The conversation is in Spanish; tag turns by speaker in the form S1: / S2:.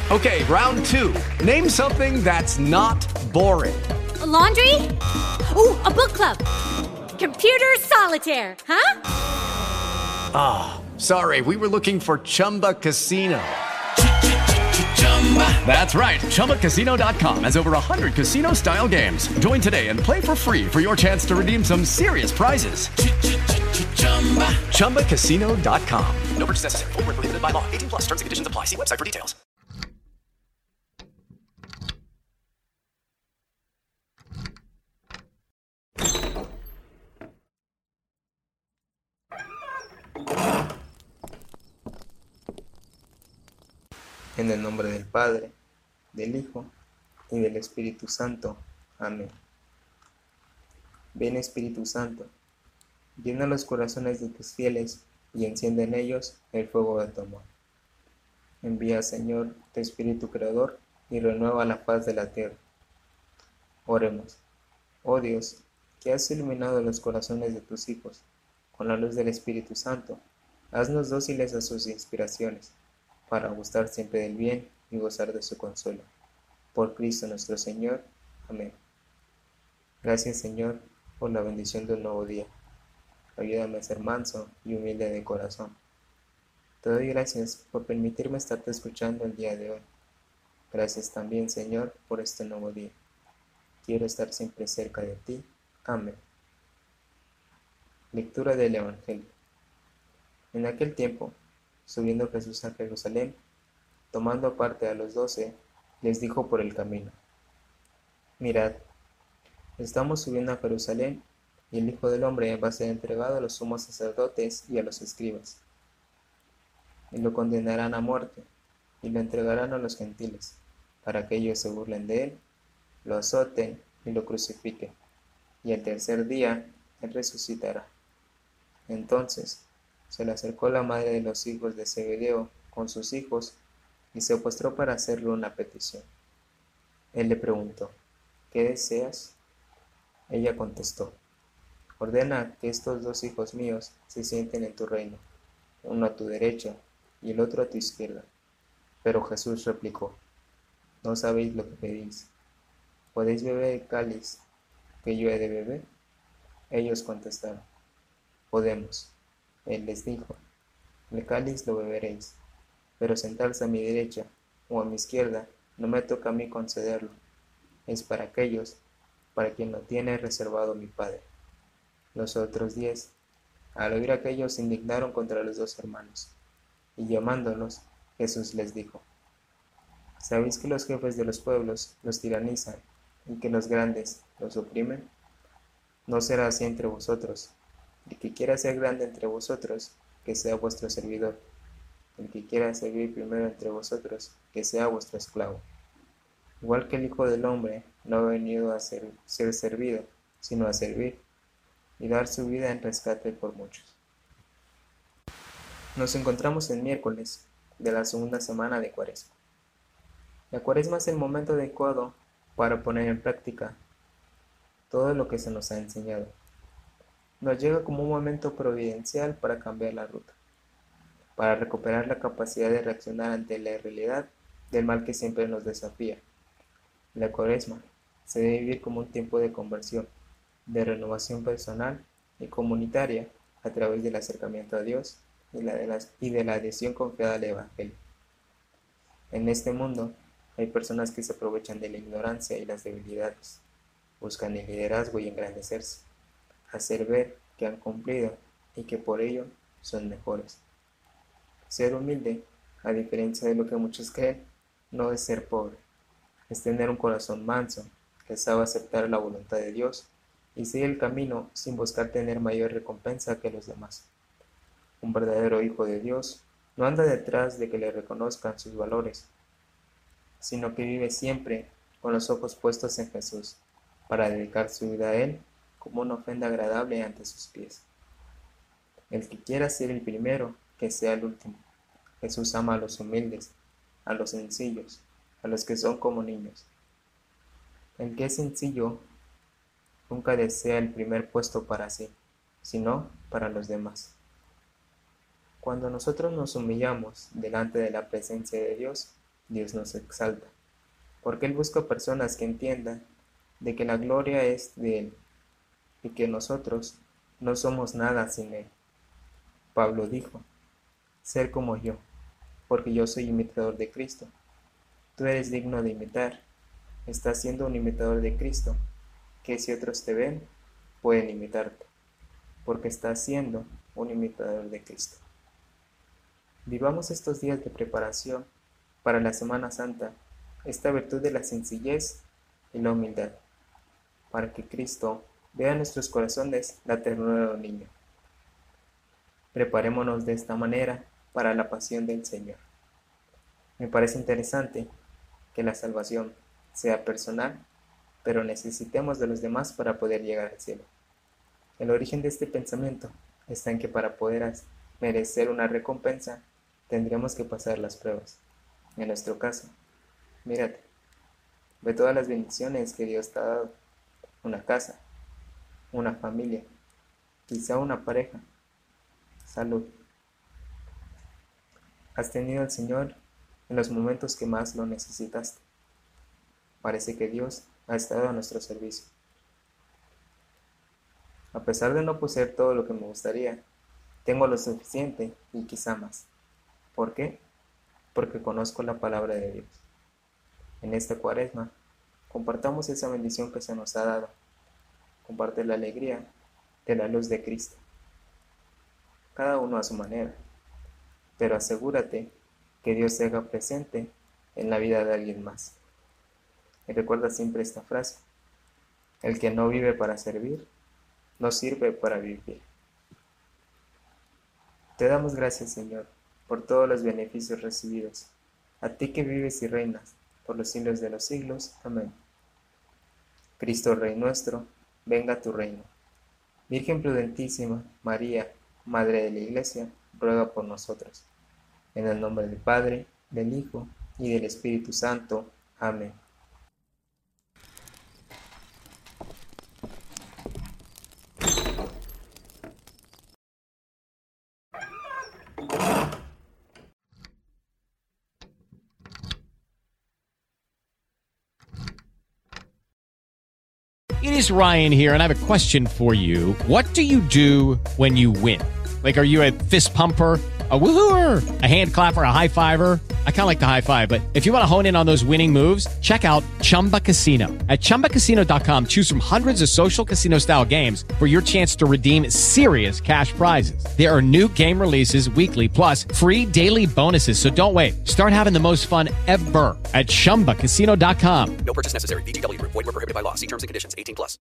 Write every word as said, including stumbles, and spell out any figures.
S1: Okay, round two. Name something that's not boring.
S2: A laundry? Ooh, a book club. Computer solitaire, huh?
S1: Ah, oh, sorry, we were looking for Chumba Casino. That's right, Chumba Casino dot com has over one hundred casino-style games. Join today and play for free for your chance to redeem some serious prizes. Chumba Casino dot com. No purchase necessary. Void where prohibited by law. eighteen plus terms and conditions apply. See website for details.
S3: En el nombre del Padre, del Hijo y del Espíritu Santo. Amén. Ven, Espíritu Santo, llena los corazones de tus fieles y enciende en ellos el fuego de tu amor. Envía, Señor, tu Espíritu Creador y renueva la paz de la tierra. Oremos. Oh Dios, que has iluminado los corazones de tus hijos con la luz del Espíritu Santo, haznos dóciles a sus inspiraciones, para gustar siempre del bien y gozar de su consuelo. Por Cristo nuestro Señor. Amén. Gracias, Señor, por la bendición de un nuevo día. Ayúdame a ser manso y humilde de corazón. Te doy gracias por permitirme estarte escuchando el día de hoy. Gracias también, Señor, por este nuevo día. Quiero estar siempre cerca de ti. Amén. Lectura del Evangelio. En aquel tiempo, subiendo Jesús a Jerusalén, tomando aparte a los doce, les dijo por el camino: Mirad, estamos subiendo a Jerusalén, y el Hijo del Hombre va a ser entregado a los sumos sacerdotes y a los escribas, y lo condenarán a muerte, y lo entregarán a los gentiles, para que ellos se burlen de él, lo azoten y lo crucifiquen, y el tercer día él resucitará. Entonces se le acercó la madre de los hijos de Zebedeo con sus hijos y se postró para hacerle una petición. Él le preguntó: ¿qué deseas? Ella contestó: ordena que estos dos hijos míos se sienten en tu reino, uno a tu derecha y el otro a tu izquierda. Pero Jesús replicó: no sabéis lo que pedís. ¿Podéis beber el cáliz que yo he de beber? Ellos contestaron: podemos. Él les dijo: el cáliz lo beberéis, pero sentarse a mi derecha o a mi izquierda no me toca a mí concederlo, es para aquellos para quien lo tiene reservado mi Padre. Los otros diez, al oír aquello, se indignaron contra los dos hermanos, y llamándolos, Jesús les dijo: ¿sabéis que los jefes de los pueblos los tiranizan y que los grandes los oprimen? No será así entre vosotros. El que quiera ser grande entre vosotros, que sea vuestro servidor. El que quiera servir primero entre vosotros, que sea vuestro esclavo. Igual que el Hijo del Hombre no ha venido a ser, ser servido, sino a servir, y dar su vida en rescate por muchos. Nos encontramos en miércoles de la segunda semana de Cuaresma. La Cuaresma es el momento adecuado para poner en práctica todo lo que se nos ha enseñado. Nos llega como un momento providencial para cambiar la ruta, para recuperar la capacidad de reaccionar ante la realidad del mal que siempre nos desafía. La Cuaresma se debe vivir como un tiempo de conversión, de renovación personal y comunitaria a través del acercamiento a Dios y, la de, las, y de la adhesión confiada al Evangelio. En este mundo hay personas que se aprovechan de la ignorancia y las debilidades, buscan el liderazgo y engrandecerse, hacer ver que han cumplido y que por ello son mejores. Ser humilde, a diferencia de lo que muchos creen, no es ser pobre, es tener un corazón manso, que sabe aceptar la voluntad de Dios y seguir el camino sin buscar tener mayor recompensa que los demás. Un verdadero hijo de Dios no anda detrás de que le reconozcan sus valores, sino que vive siempre con los ojos puestos en Jesús, para dedicar su vida a Él como una ofrenda agradable ante sus pies. El que quiera ser el primero, que sea el último. Jesús ama a los humildes, a los sencillos, a los que son como niños. El que es sencillo nunca desea el primer puesto para sí, sino para los demás. Cuando nosotros nos humillamos delante de la presencia de Dios, Dios nos exalta, porque Él busca personas que entiendan de que la gloria es de Él y que nosotros no somos nada sin Él. Pablo dijo, ser como yo, porque yo soy imitador de Cristo. Tú eres digno de imitar, estás siendo un imitador de Cristo, que si otros te ven, pueden imitarte, porque estás siendo un imitador de Cristo. Vivamos estos días de preparación para la Semana Santa, esta virtud de la sencillez y la humildad, para que Cristo vea en nuestros corazones la ternura de un niño. Preparémonos de esta manera para la pasión del Señor. Me parece interesante que la salvación sea personal, pero necesitemos de los demás para poder llegar al cielo. El origen de este pensamiento está en que para poder merecer una recompensa, tendríamos que pasar las pruebas. En nuestro caso, mírate, ve todas las bendiciones que Dios te ha dado, una casa, una familia, quizá una pareja, salud. Has tenido al Señor en los momentos que más lo necesitaste. Parece que Dios ha estado a nuestro servicio. A pesar de no poseer todo lo que me gustaría, tengo lo suficiente y quizá más. ¿Por qué? Porque conozco la palabra de Dios. En esta Cuaresma, compartamos esa bendición que se nos ha dado. Comparte la alegría de la luz de Cristo. Cada uno a su manera, pero asegúrate que Dios se haga presente en la vida de alguien más. Y recuerda siempre esta frase: el que no vive para servir, no sirve para vivir. Te damos gracias, Señor, por todos los beneficios recibidos, a ti que vives y reinas por los siglos de los siglos. Amén. Cristo Rey nuestro, venga tu reino. Virgen prudentísima, María, Madre de la Iglesia, ruega por nosotros. En el nombre del Padre, del Hijo y del Espíritu Santo. Amén.
S4: It is Ryan here, and I have a question for you. What do you do when you win? Like, are you a fist pumper, a woohooer, a hand clapper, a high fiver? I kind of like the high five, but if you want to hone in on those winning moves, check out Chumba Casino. At chumba casino dot com, choose from hundreds of social casino style games for your chance to redeem serious cash prizes. There are new game releases weekly, plus free daily bonuses. So don't wait. Start having the most fun ever at chumba casino dot com.
S5: No purchase necessary. V G W Group. Void where prohibited by law. See terms and conditions. eighteen plus.